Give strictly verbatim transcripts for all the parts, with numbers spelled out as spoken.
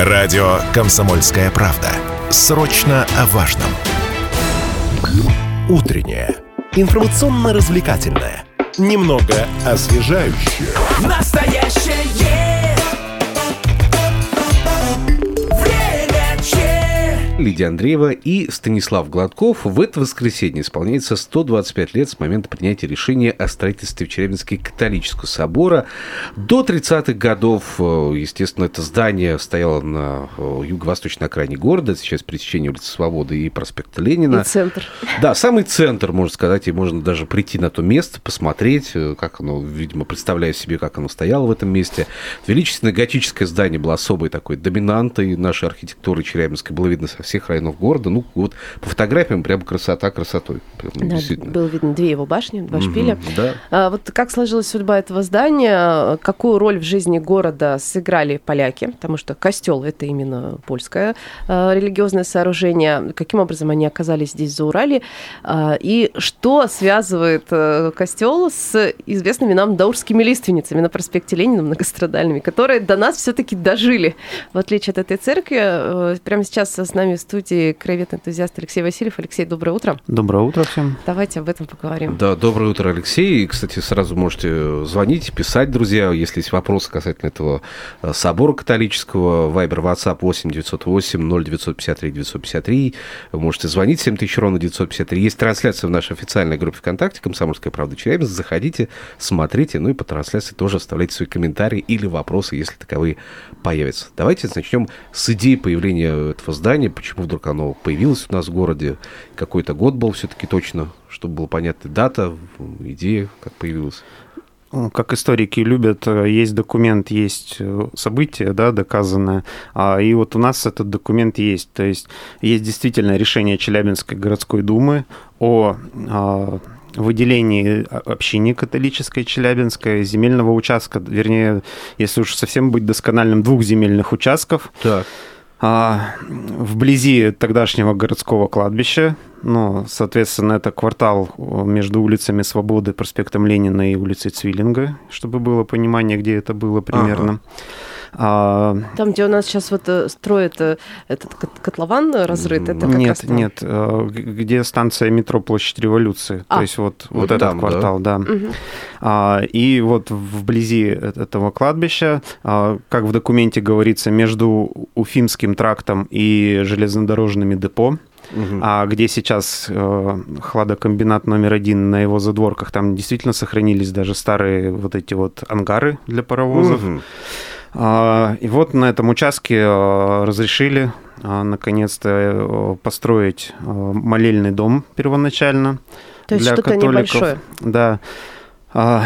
Радио «Комсомольская правда». Срочно о важном. Утреннее. Информационно-развлекательное. Немного освежающее. Настоящее время че. Лидия Андреева и Станислав Гладков. В это воскресенье исполняется сто двадцать пять лет с момента принятия решения о строительстве в Челябинске католического собора. До тридцатых годов, естественно, это здание стояло на юго-восточной окраине города, сейчас пересечение улицы Свободы и проспекта Ленина. И центр. Да, самый центр, можно сказать, и можно даже прийти на то место, посмотреть, как оно, видимо, представляю себе, как оно стояло в этом месте. Величественное готическое здание было особой такой доминантой нашей архитектуры челябинской, было видно со всех районов города. Ну, вот по фотографиям прямо красота красотой. Прямо, да, действительно. было видно две его башни, два mm-hmm, шпиля. Да. А, вот как сложилась судьба этого здания, какую роль в жизни города сыграли поляки, потому что костел это именно польское а, религиозное сооружение, каким образом они оказались здесь, за Урале, а, и что связывает а, костел с известными нам даурскими лиственницами на проспекте Ленина, многострадальными, которые до нас все-таки дожили, в отличие от этой церкви. Прямо сейчас с нами в студии краевед-энтузиаст Алексей Васильев. Алексей, доброе утро. Доброе утро всем. Давайте об этом поговорим. Да, доброе утро, Алексей. И, кстати, сразу можете звонить, писать, друзья, если есть вопросы касательно этого собора католического. Вайбер, WhatsApp восемь девятьсот восемь ноль девятьсот пятьдесят три девятьсот пятьдесят три. Вы можете звонить семь тысяч ровно девятьсот пятьдесят три. Есть трансляция в нашей официальной группе ВКонтакте «Комсомольская правда Челябинск». Заходите, смотрите, ну и по трансляции тоже оставляйте свои комментарии или вопросы, если таковые появятся. Давайте начнем с идеи появления этого здания. Почему вдруг оно появилось у нас в городе? Какой-то год был все-таки точно, чтобы была понятна дата, идея, как появилась. Как историки любят, есть документ, есть событие, да, доказанное, и вот у нас этот документ есть. То есть есть действительно решение Челябинской городской думы о выделении общине католической Челябинской земельного участка, вернее, если уж совсем быть доскональным, двух земельных участков. Так. Вблизи тогдашнего городского кладбища, ну, соответственно, это квартал между улицами Свободы, проспектом Ленина и улицей Цвиллинга, чтобы было понимание, где это было примерно. Ага. Там, где у нас сейчас вот строят этот котлован разрыт, это как нет, раз там? Нет, где станция метро Площадь Революции, а. то есть вот, вот, вот этот там, квартал, да. да. Угу. А, и вот вблизи этого кладбища, а, как в документе говорится, между Уфимским трактом и железнодорожными депо, Uh-huh. А где сейчас э, хладокомбинат номер один, на его задворках, там действительно сохранились даже старые вот эти вот ангары для паровозов. Uh-huh. А, и вот на этом участке э, разрешили э, наконец-то э, построить э, молельный дом первоначально. То есть для что-то католиков. Небольшое. Да. А,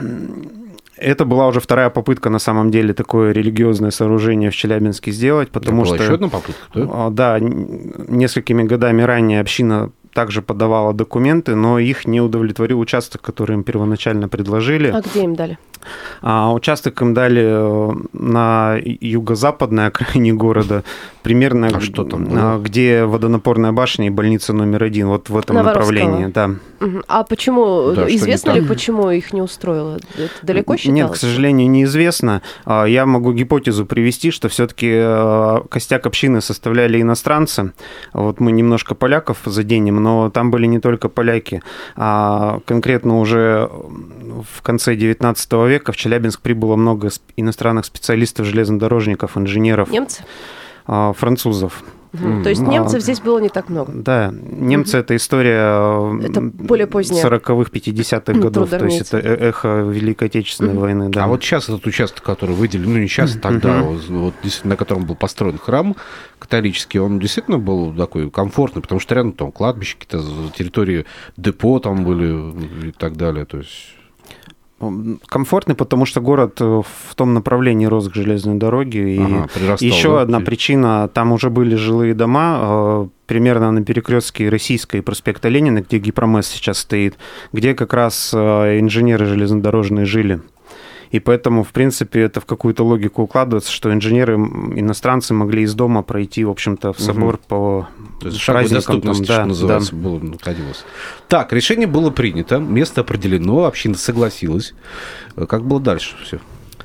это была уже вторая попытка, на самом деле, такое религиозное сооружение в Челябинске сделать, потому что... что... еще одна попытка, да? Да, несколькими годами ранее община также подавала документы, но их не удовлетворил участок, который им первоначально предложили. А где им дали? А участок им дали на юго-западной окраине города, примерно а что там было? Где водонапорная башня и больница номер один, вот в этом направлении. Да. Угу. А почему, да, известно ли, почему их не устроило? Это далеко считалось? Нет, к сожалению, неизвестно. Я могу гипотезу привести, что все-таки костяк общины составляли иностранцы. Вот мы немножко поляков заденем, но там были не только поляки, а конкретно уже в конце девятнадцатого века в Челябинск прибыло много иностранных специалистов, железнодорожников, инженеров. Немцы? Французов. Угу. То есть немцев а, здесь было не так много? Да, немцы угу. это история это более поздняя. сороковых, пятидесятых годов, то есть это эхо Великой Отечественной угу. войны. Да. А вот сейчас этот участок, который выделили, ну не сейчас, тогда, угу. вот, на котором был построен храм католический, он действительно был такой комфортный, потому что рядом там кладбище, какие-то территории депо там были и так далее, то есть... Комфортный, потому что город в том направлении рос к железной дороге. И ага, еще да? одна причина, там уже были жилые дома, примерно на перекрестке Российской и проспекта Ленина, где Гипромесс сейчас стоит, где как раз инженеры железнодорожные жили. И поэтому, в принципе, это в какую-то логику укладывается, что инженеры, иностранцы могли из дома пройти, в общем-то, в собор угу. по То есть праздникам. Там, да, что называется, да. было, находилось. Так, решение было принято, место определено, община согласилась. Как было дальше все?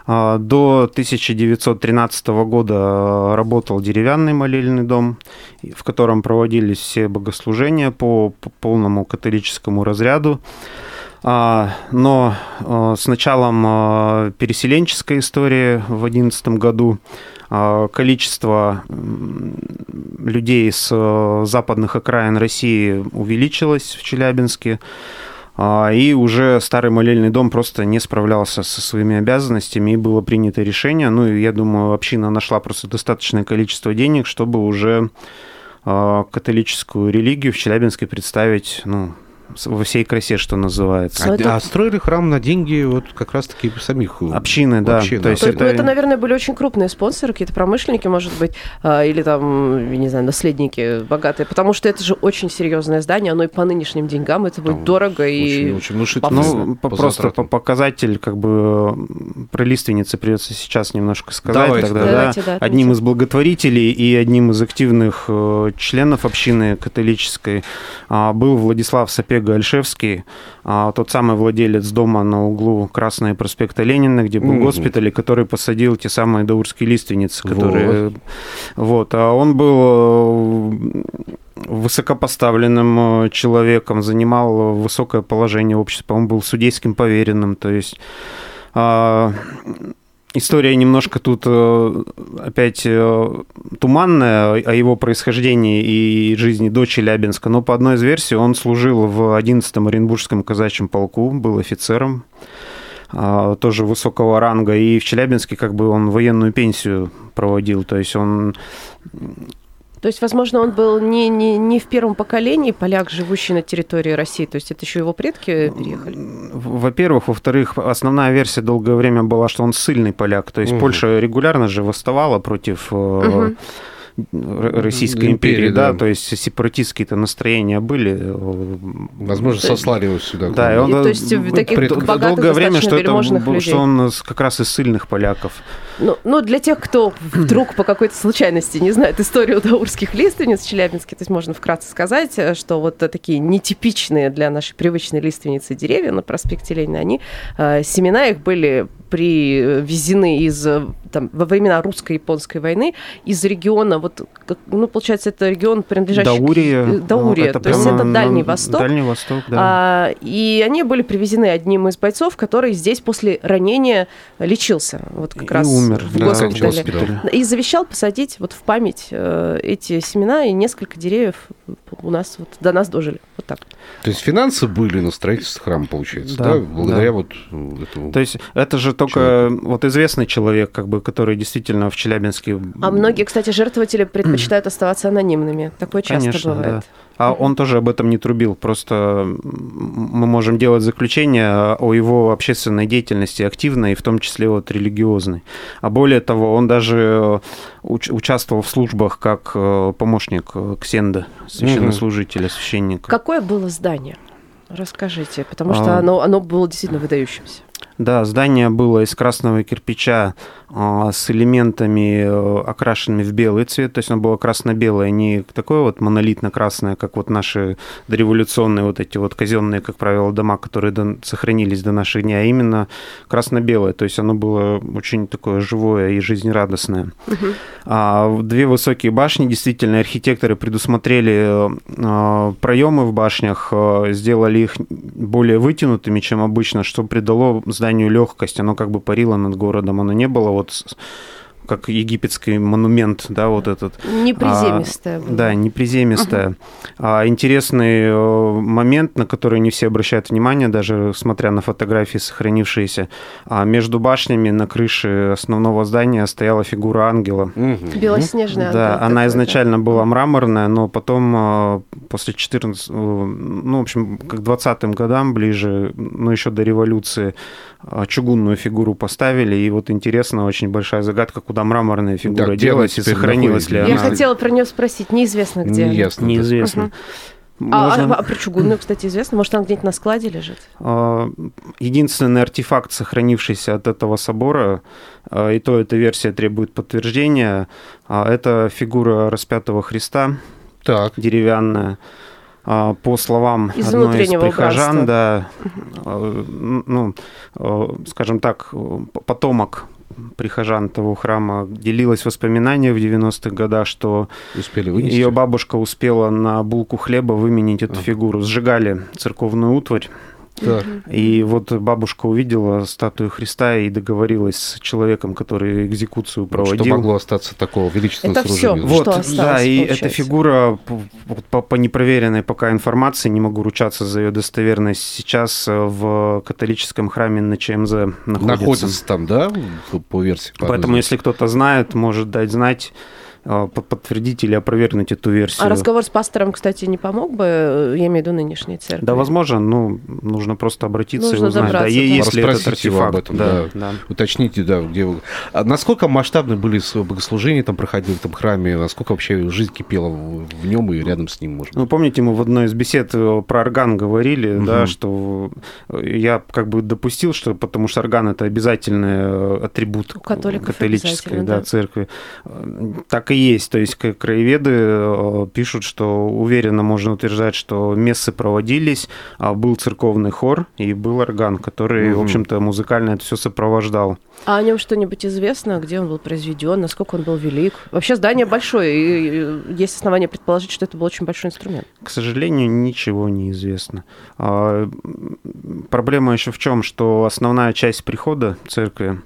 До тысяча девятьсот тринадцатого года работал деревянный молельный дом, в котором проводились все богослужения по полному католическому разряду. Но с началом переселенческой истории в одиннадцатом году количество людей с западных окраин России увеличилось в Челябинске, и уже старый молельный дом просто не справлялся со своими обязанностями, и было принято решение, ну, и я думаю, община нашла просто достаточное количество денег, чтобы уже католическую религию в Челябинске представить, ну, во всей красе, что называется. А, это... а строили храм на деньги вот как раз-таки самих общины, да. Общины. То есть То, это... это, наверное, были очень крупные спонсоры, какие-то промышленники, может быть, или там, я не знаю, наследники богатые, потому что это же очень серьезное здание, оно и по нынешним деньгам, это будет там дорого очень, и... Очень внушительно. Ну, по просто по показатель, как бы, про лиственницы придется сейчас немножко сказать. Давайте, тогда, давайте, да, да, одним из благотворителей и одним из активных членов общины католической был Владислав Сапега-Альшевский, тот самый владелец дома на углу Красной и проспекта Ленина, где был mm-hmm. госпиталь, который посадил те самые даурские лиственницы, которые... Вот. Вот. А он был высокопоставленным человеком, занимал высокое положение в обществе, он был судейским поверенным, то есть... История немножко тут опять туманная о его происхождении и жизни до Челябинска, но по одной из версий он служил в одиннадцатом Оренбургском казачьем полку, был офицером, тоже высокого ранга, и в Челябинске как бы он военную пенсию проводил, то есть он... То есть, возможно, он был не, не, не в первом поколении поляк, живущий на территории России, то есть это еще его предки переехали? Во-первых. Во-вторых, основная версия долгое время была, что он ссыльный поляк, то есть угу. Польша регулярно же восставала против... Угу. Российской империи, империи да, да, то есть сепаратистские-то настроения были. Возможно, то сослали его сюда. Да, и он, и, то есть таких пред... богатых, долгое время, что, это, людей. Что он как раз из ссыльных поляков. Ну, ну, для тех, кто вдруг по какой-то случайности не знает историю даурских лиственниц в Челябинске, то есть можно вкратце сказать, что вот такие нетипичные для нашей привычной лиственницы деревья на проспекте Ленина, они, э, семена их были привезены из, там, во времена русско-японской войны из региона, вот, ну, получается, это регион, принадлежащий Даурия, к Даурия, это то есть это Дальний Восток. Дальний Восток, да. А, и они были привезены одним из бойцов, который здесь после ранения лечился, вот как и раз умер, в да, госпитале. И завещал посадить вот в память э, эти семена, и несколько деревьев у нас вот до нас дожили. Вот так. То есть финансы были на строительство храма, получается, да? да? Благодаря да. вот этому. То есть это же только человеку. Вот известный человек, как бы, который действительно в Челябинске... А многие, кстати, жертвователи предпочитают оставаться анонимными. Такое часто Конечно, бывает. Да. А он тоже об этом не трубил. Просто мы можем делать заключение о его общественной деятельности, активной, в том числе вот религиозной. А более того, он даже участвовал в службах как помощник ксенда, священнослужителя, священника. Какое было здание? Расскажите, потому что а... оно, оно было действительно выдающимся. Да, здание было из красного кирпича с элементами, окрашенными в белый цвет, то есть оно было красно-белое, не такое вот монолитно-красное, как вот наши дореволюционные вот эти вот казенные, как правило, дома, которые до, сохранились до наших дней, а именно красно-белое, то есть оно было очень такое живое и жизнерадостное. Угу. А две высокие башни, действительно, архитекторы предусмотрели проемы в башнях, сделали их более вытянутыми, чем обычно, что придало зданию легкость, оно как бы парило над городом, оно не было вот как египетский монумент, да, вот этот. Неприземистое. А, да, неприземистое. Uh-huh. А, интересный момент, на который не все обращают внимание, даже смотря на фотографии, сохранившиеся. А между башнями на крыше основного здания стояла фигура ангела. Uh-huh. Белоснежная. Да, ангел она такой, изначально да. была мраморная, но потом после четырнадцатого, ну, в общем, к двадцатым годам ближе, ну, еще до революции, чугунную фигуру поставили, и вот интересно, очень большая загадка, куда мраморная фигура да, делась и сохранилась ли она. Я хотела про нее спросить, неизвестно где. Неясно. Неизвестно. Угу. Можно... А, а про чугунную, кстати, известно? Может, она где-нибудь на складе лежит? Единственный артефакт, сохранившийся от этого собора, и то эта версия требует подтверждения, это фигура распятого Христа, так. деревянная. По словам из одной из прихожан, да, ну, скажем так, потомок прихожан того храма делилась воспоминания в девяностых годах, что успели вынести? Ее бабушка успела на булку хлеба выменить эту а. фигуру. Сжигали церковную утварь. Так. И вот бабушка увидела статую Христа и договорилась с человеком, который экзекуцию проводил. Что могло остаться такого величественного это сооружения? Вот, что осталось, да, и получается. Эта фигура, по, по непроверенной пока информации, не могу ручаться за ее достоверность, сейчас в католическом храме на ЧМЗ находится. Находится там, да, по версии? По Поэтому, если кто-то знает, может дать знать, подтвердить или опровергнуть эту версию. А разговор с пастором, кстати, не помог бы, я имею в виду нынешней церкви? Да, возможно, ну, нужно просто обратиться нужно и узнать. Да, если этот артефакт, его об этом, да, да. Да. Уточните, да, где вы... А насколько масштабны были богослужения, там проходили в этом храме, насколько вообще жизнь кипела в нем и рядом с ним, может быть? Ну, помните, мы в одной из бесед про орган говорили, угу. да, что я как бы допустил, что потому что орган — это обязательный атрибут католической да, да. церкви. Так и есть. То есть краеведы пишут, что уверенно можно утверждать, что мессы проводились, был церковный хор и был орган, который, угу. в общем-то, музыкально это все сопровождал. А о нем что-нибудь известно? Где он был произведен? Насколько он был велик? Вообще здание большое, и есть основания предположить, что это был очень большой инструмент. К сожалению, ничего не известно. Проблема еще в чем, что основная часть прихода церкви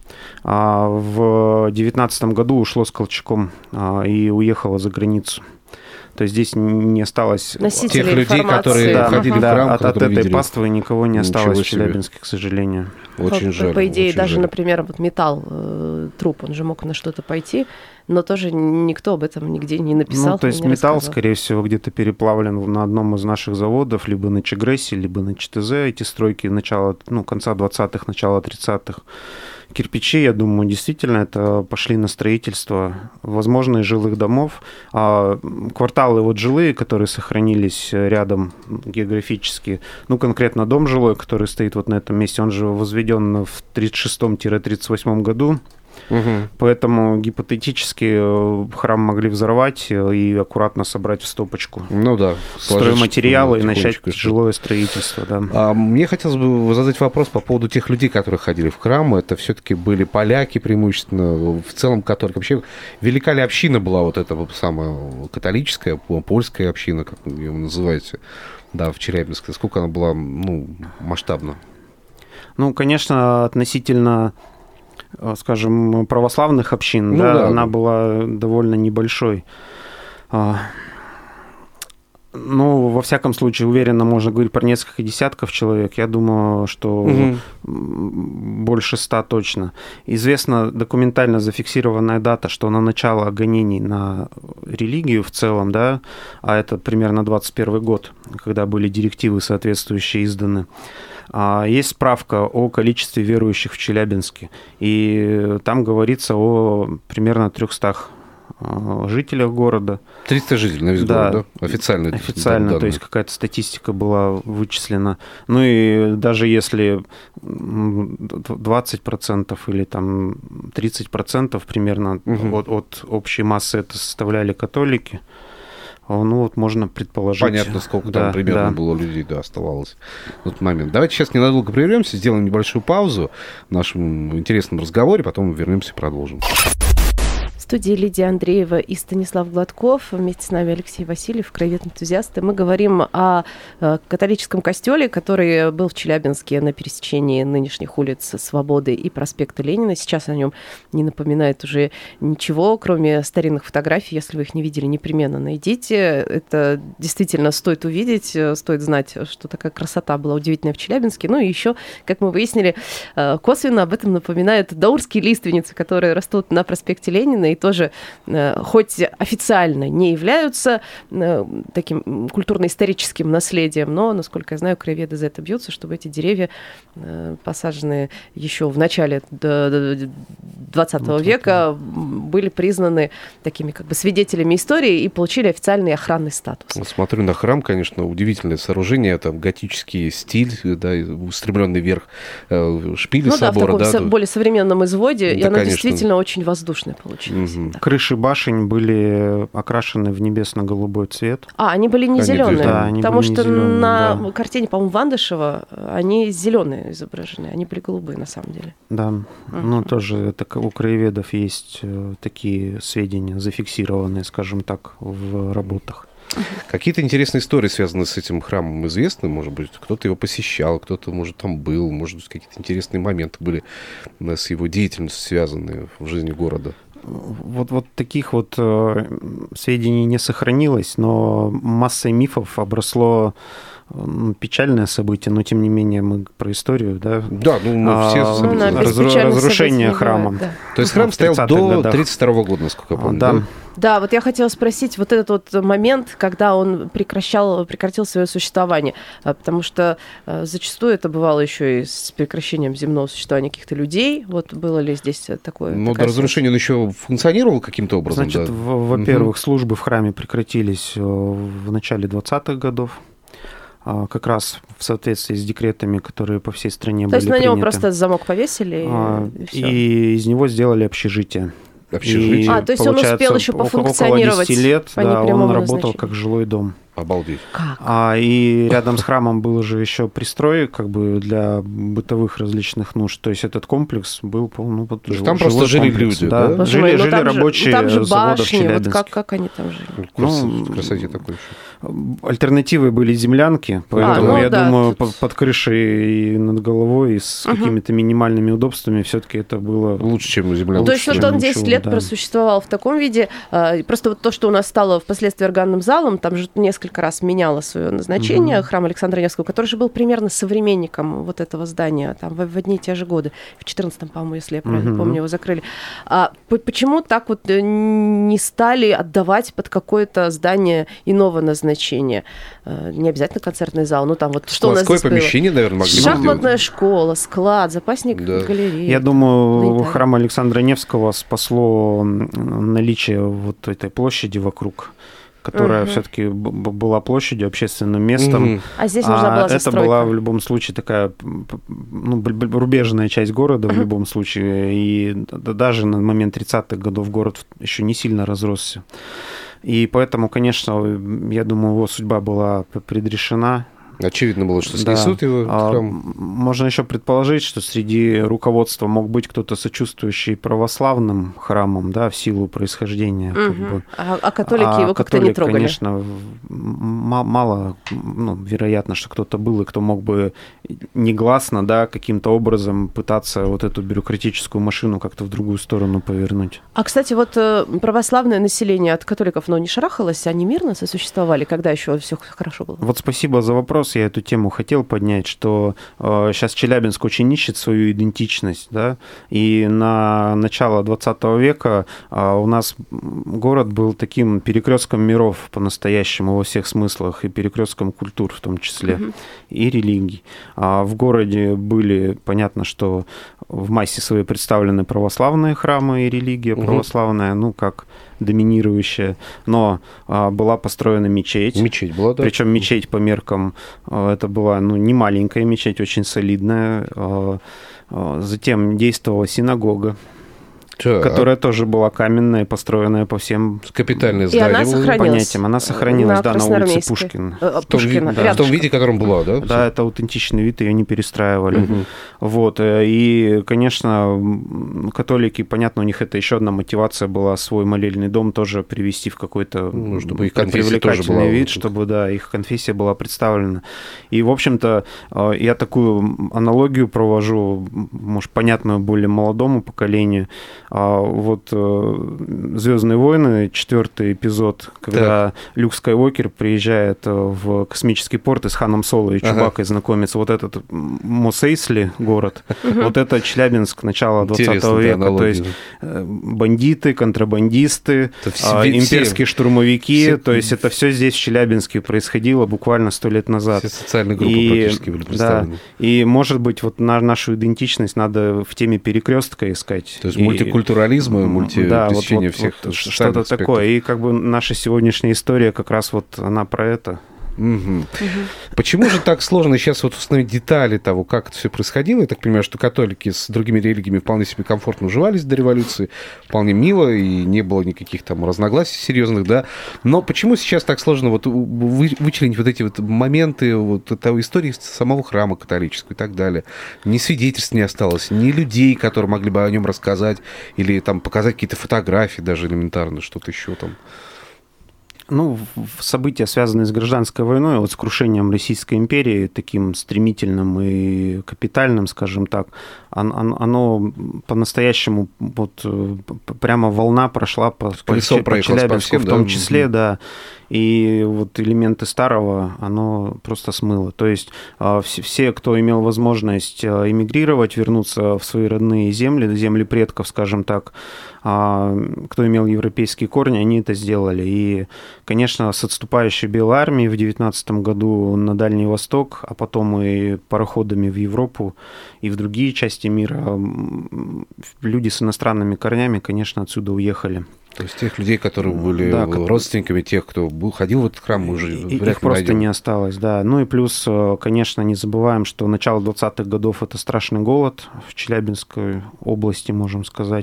в девятнадцатом году ушло с Колчаком и уехала за границу. То есть здесь не осталось носителей тех людей, которые да, ходили да, в храм, от, от этой видели. Паствы никого не Ничего осталось себе. в Челябинске, к сожалению. Очень по, жаль. По идее, очень даже, жаль. например, вот металл, э, труп, он же мог на что-то пойти, но тоже никто об этом нигде не написал. Ну, то есть не металл, рассказал. скорее всего, где-то переплавлен на одном из наших заводов, либо на Чегрессе, либо на ЧТЗ. Эти стройки начала, ну, конца двадцатых, начала тридцатых. Кирпичи, я думаю, действительно это пошли на строительство, возможно, и жилых домов. А кварталы вот жилые, которые сохранились рядом географически, ну, конкретно дом жилой, который стоит вот на этом месте, он же возведен в тридцать шестом — тридцать восьмом году. Угу. Поэтому гипотетически храм могли взорвать и аккуратно собрать в стопочку. Ну да. Стройматериалы и начать жилое строительство. Да. А мне хотелось бы задать вопрос по поводу тех людей, которые ходили в храм. Это все-таки были поляки преимущественно, в целом, которых вообще велика ли община была вот эта самая католическая, польская община, как вы ее называете, да, в Челябинске. Сколько она была, ну, масштабна? Ну, конечно, относительно, скажем, православных общин, ну, да, да, она да. была довольно небольшой. Ну, во всяком случае, уверенно можно говорить про несколько десятков человек. Я думаю, что угу. больше ста точно. Известна документально зафиксированная дата, что на начало гонений на религию в целом, да, а это примерно двадцать первый год, когда были директивы соответствующие изданы, есть справка о количестве верующих в Челябинске. И там говорится о примерно трехстах жителях города. триста жителей на весь да, город, да? Официально? Официально, то есть какая-то статистика была вычислена. Ну и даже если двадцать процентов или там тридцать процентов примерно угу. от, от общей массы это составляли католики, ну вот можно предположить. Понятно, сколько да, там примерно да. было людей, да, оставалось в тот момент. Давайте сейчас ненадолго прервемся, сделаем небольшую паузу в нашем интересном разговоре, потом вернемся и продолжим. В студии Лидия Андреева и Станислав Гладков. Вместе с нами Алексей Васильев, краевед-энтузиасты. Мы говорим о католическом костеле, который был в Челябинске на пересечении нынешних улиц Свободы и проспекта Ленина. Сейчас о нем не напоминает уже ничего, кроме старинных фотографий. Если вы их не видели, непременно найдите. Это действительно стоит увидеть, стоит знать, что такая красота была удивительная в Челябинске. Ну и еще, как мы выяснили, косвенно об этом напоминают даурские лиственницы, которые растут на проспекте Ленина и тоже, хоть официально не являются таким культурно-историческим наследием, но, насколько я знаю, краеведы за это бьются, чтобы эти деревья, посаженные еще в начале двадцатого века, были признаны такими как бы свидетелями истории и получили официальный охранный статус. Смотрю на храм, конечно, удивительное сооружение, там готический стиль, да, устремленный вверх шпили ну, собора. Да, в таком да, более современном изводе, да, и она конечно. действительно очень воздушная получилась. Угу. Крыши башен были окрашены в небесно-голубой цвет. А, они были не зеленые, да, они потому были что зелёные, на да. картине, по-моему, Вандышева они зеленые изображены, они были голубые на самом деле. Да, угу. ну тоже это, у краеведов есть такие сведения, зафиксированные, скажем так, в работах. Какие-то интересные истории, связанные с этим храмом, известны? Может быть, кто-то его посещал, кто-то, может, там был, может быть, какие-то интересные моменты были с его деятельностью связанные в жизни города? Вот, вот таких вот э, сведений не сохранилось, но массой мифов обросло печальное событие, но тем не менее мы про историю, да? Да, ну мы все а, ну, да, разру- разрушение храма. Бывает, да. То есть храм стоял до тридцать второго года, насколько я помню, да? да? Да, вот я хотела спросить вот этот вот момент, когда он прекращал, прекратил свое существование, потому что зачастую это бывало еще и с прекращением земного существования каких-то людей. Вот было ли здесь такое? Ну, до разрушения он еще функционировал каким-то образом? Значит, да? в, во-первых, угу. службы в храме прекратились в начале двадцатых годов. Как раз в соответствии с декретами, которые по всей стране То были приняты. То есть на него просто замок повесили? А, и, и из него сделали общежитие. Общежитие? И, а, то есть он успел еще пофункционировать? Около десяти лет, по да, он работал назначению. как жилой дом. Обалдеть. Как? А, и рядом с храмом был же еще пристрой как бы для бытовых различных нужд. То есть этот комплекс был ну, вот, жил, там просто жили комплекс, люди, да? да? Жили, мой, ну, жили там рабочие же, ну, там же заводов башни, Челябинске. Вот как, как они там жили? Ну, красоте такой еще. Альтернативой были землянки, поэтому а, ну, я да, думаю, тут... под крышей и над головой, и с uh-huh. какими-то минимальными удобствами все-таки это было... Лучше, чем землянка. То есть вот он десять лет да. просуществовал в таком виде. Просто вот то, что у нас стало впоследствии органным залом, там же несколько раз меняло свое назначение, uh-huh. храм Александра Невского, который же был примерно современником вот этого здания там, в, в одни и те же годы. В четырнадцатом, по-моему, если я правильно uh-huh. помню, его закрыли. А почему так вот не стали отдавать под какое-то здание иного назначения? Не обязательно концертный зал, ну там вот что у нас здесь помещение, было? наверное, могли Шахматная школа, склад, запасник да. галереи. Я думаю, ну, храм Александра Невского спасло наличие вот этой площади вокруг, которая угу. все-таки была площадью, общественным местом. Угу. А здесь нужна была застройка. Это была в любом случае такая ну, рубежная часть города угу. в любом случае. И даже на момент тридцатых годов город еще не сильно разросся. И поэтому, конечно, я думаю, его судьба была предрешена. Очевидно было, что снесут да. его храм. Можно еще предположить, что среди руководства мог быть кто-то сочувствующий православным храмам, да, в силу происхождения. Угу. Как бы. А, а католики а его как-то католик, не трогали? Конечно, мало, ну, вероятно, что кто-то был, и кто мог бы негласно, да, каким-то образом пытаться вот эту бюрократическую машину как-то в другую сторону повернуть. А, кстати, вот православное население от католиков, но не шарахалось, они мирно сосуществовали, когда еще все хорошо было? Вот спасибо за вопрос. Я эту тему хотел поднять, что э, сейчас Челябинск очень ищет свою идентичность, да, и на начало двадцатого века э, у нас город был таким перекрестком миров по-настоящему во всех смыслах, и перекрестком культур в том числе, mm-hmm. и религий. А в городе были, понятно, что в массе своей представлены православные храмы и религия mm-hmm. православная, ну, как доминирующая, но а, была построена мечеть. Мечеть была, да. Причем мечеть по меркам, а, это была, ну, не маленькая мечеть, очень солидная. А, а, затем действовала синагога, так. которая тоже была каменная, построенная по всем капитальное здание. И она сохранилась. Понятиям. Она сохранилась, на да, на улице Пушкина. В том, Пушкина, да. в том виде, в котором была, да? Да, это аутентичный вид, ее не перестраивали. Угу. Вот. И, конечно, католики, понятно, у них это еще одна мотивация была свой молельный дом тоже привести в какой-то ну, чтобы их привлекательный вид, чтобы, да, их конфессия была представлена. И, в общем-то, я такую аналогию провожу, может, понятную более молодому поколению. Вот «Звездные войны», четвертый эпизод, когда так. Люк Скайуокер приезжает в космический порт и с Ханом Соло и Чубакой ага. знакомится. Вот этот Мос Эйсли город, угу. вот это Челябинск начала двадцатого века. То есть бандиты, контрабандисты, все, имперские все, штурмовики. Все, то есть это все здесь в Челябинске происходило буквально сто лет назад. Все социальные группы и, практически были представлены. Да, и, может быть, вот на, нашу идентичность надо в теме перекрестка искать. То есть и, мультикультурализма, мультипресечения да, вот, всех вот, что-то такое. И как бы наша сегодняшняя история как раз вот она про это. Угу. Угу. Почему же так сложно сейчас вот установить детали того, как это все происходило? Я так понимаю, что католики с другими религиями вполне себе комфортно уживались до революции, вполне мило, и не было никаких там разногласий серьезных, да. Но почему сейчас так сложно вот вычленить вот эти вот моменты вот этой истории самого храма католического и так далее? Ни свидетельств не осталось, ни людей, которые могли бы о нем рассказать, или там показать какие-то фотографии даже элементарно, что-то еще там. Ну, события, связанные с гражданской войной, вот с крушением Российской империи, таким стремительным и капитальным, скажем так, оно по-настоящему, вот прямо волна прошла по, по, по Челябинску по всем, в том да? числе, да, и вот элементы старого, оно просто смыло. То есть все, кто имел возможность эмигрировать, вернуться в свои родные земли, земли предков, скажем так, кто имел европейские корни, они это сделали. И, конечно, с отступающей Белой армией в девятнадцатом году на Дальний Восток, а потом и пароходами в Европу и в другие части мира, люди с иностранными корнями, конечно, отсюда уехали. То есть тех людей, которые были да, родственниками тех, кто был, ходил в этот храм, мы уже и, их просто найдем. Не осталось, да. Ну и плюс, конечно, не забываем, что начало двадцатых годов – это страшный голод в Челябинской области, можем сказать,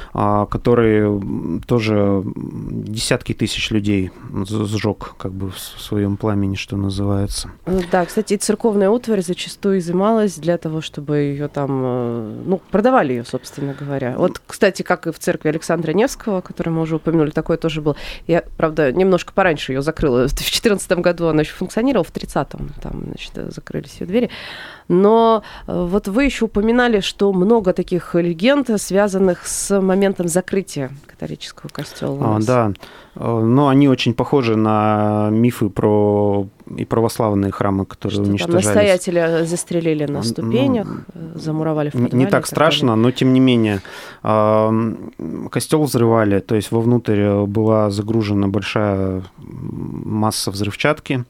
который тоже десятки тысяч людей сжег как бы в своем пламени, что называется. Да, кстати, и церковная утварь зачастую изымалась для того, чтобы ее там, ну, продавали ее, собственно говоря. Вот, кстати, как и в церкви Александра Невского, который мы уже упомянули, такое тоже было. Я, правда, немножко пораньше ее закрыла. В четырнадцатом году она еще функционировала, в тридцатом там, значит, закрылись ее двери. Но вот вы еще упоминали, что много таких легенд, связанных с моментом закрытия католического костела. А, да, но они очень похожи на мифы про и православные храмы, которые что уничтожались. Там настоятеля застрелили на ступенях, ну, замуровали в подвале. Не так страшно, далее. Но тем не менее. Костел взрывали, то есть вовнутрь была загружена большая масса взрывчатки.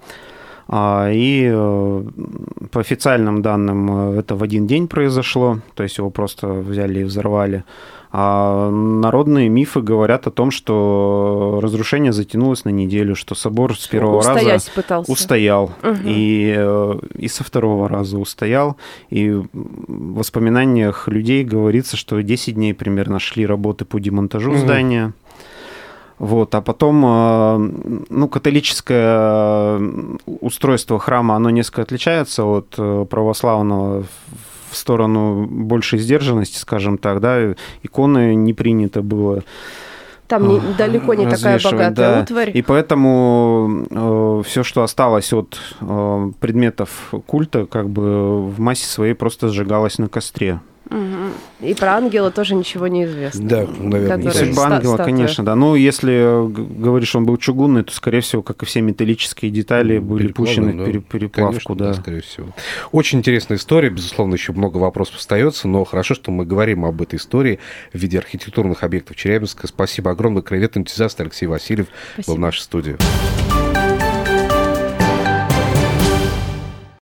И по официальным данным это в один день произошло, то есть его просто взяли и взорвали. А народные мифы говорят о том, что разрушение затянулось на неделю, что собор с первого Устоять раза пытался. устоял, угу. и, и со второго раза устоял. И в воспоминаниях людей говорится, что десять дней примерно шли работы по демонтажу угу. здания. Вот, а потом, ну, католическое устройство храма, оно несколько отличается от православного в сторону большей сдержанности, скажем так, да, иконы не принято было. Там не, далеко не такая богатая да. утварь. И поэтому э, все, что осталось от э, предметов культа, как бы в массе своей просто сжигалось на костре. Угу. И про ангела тоже ничего не известно. Да, наверное. И судьба ангела, статуя. Конечно, да. Ну, если говоришь, он был чугунный, то, скорее всего, как и все металлические детали, ну, были пущены да. в переплавку. Конечно, да. да, скорее всего. Очень интересная история. Безусловно, еще много вопросов остается, но хорошо, что мы говорим об этой истории в виде архитектурных объектов Челябинска. Спасибо огромное. Краевед-энтузиаст Алексей Васильев Спасибо. Был в нашей студии.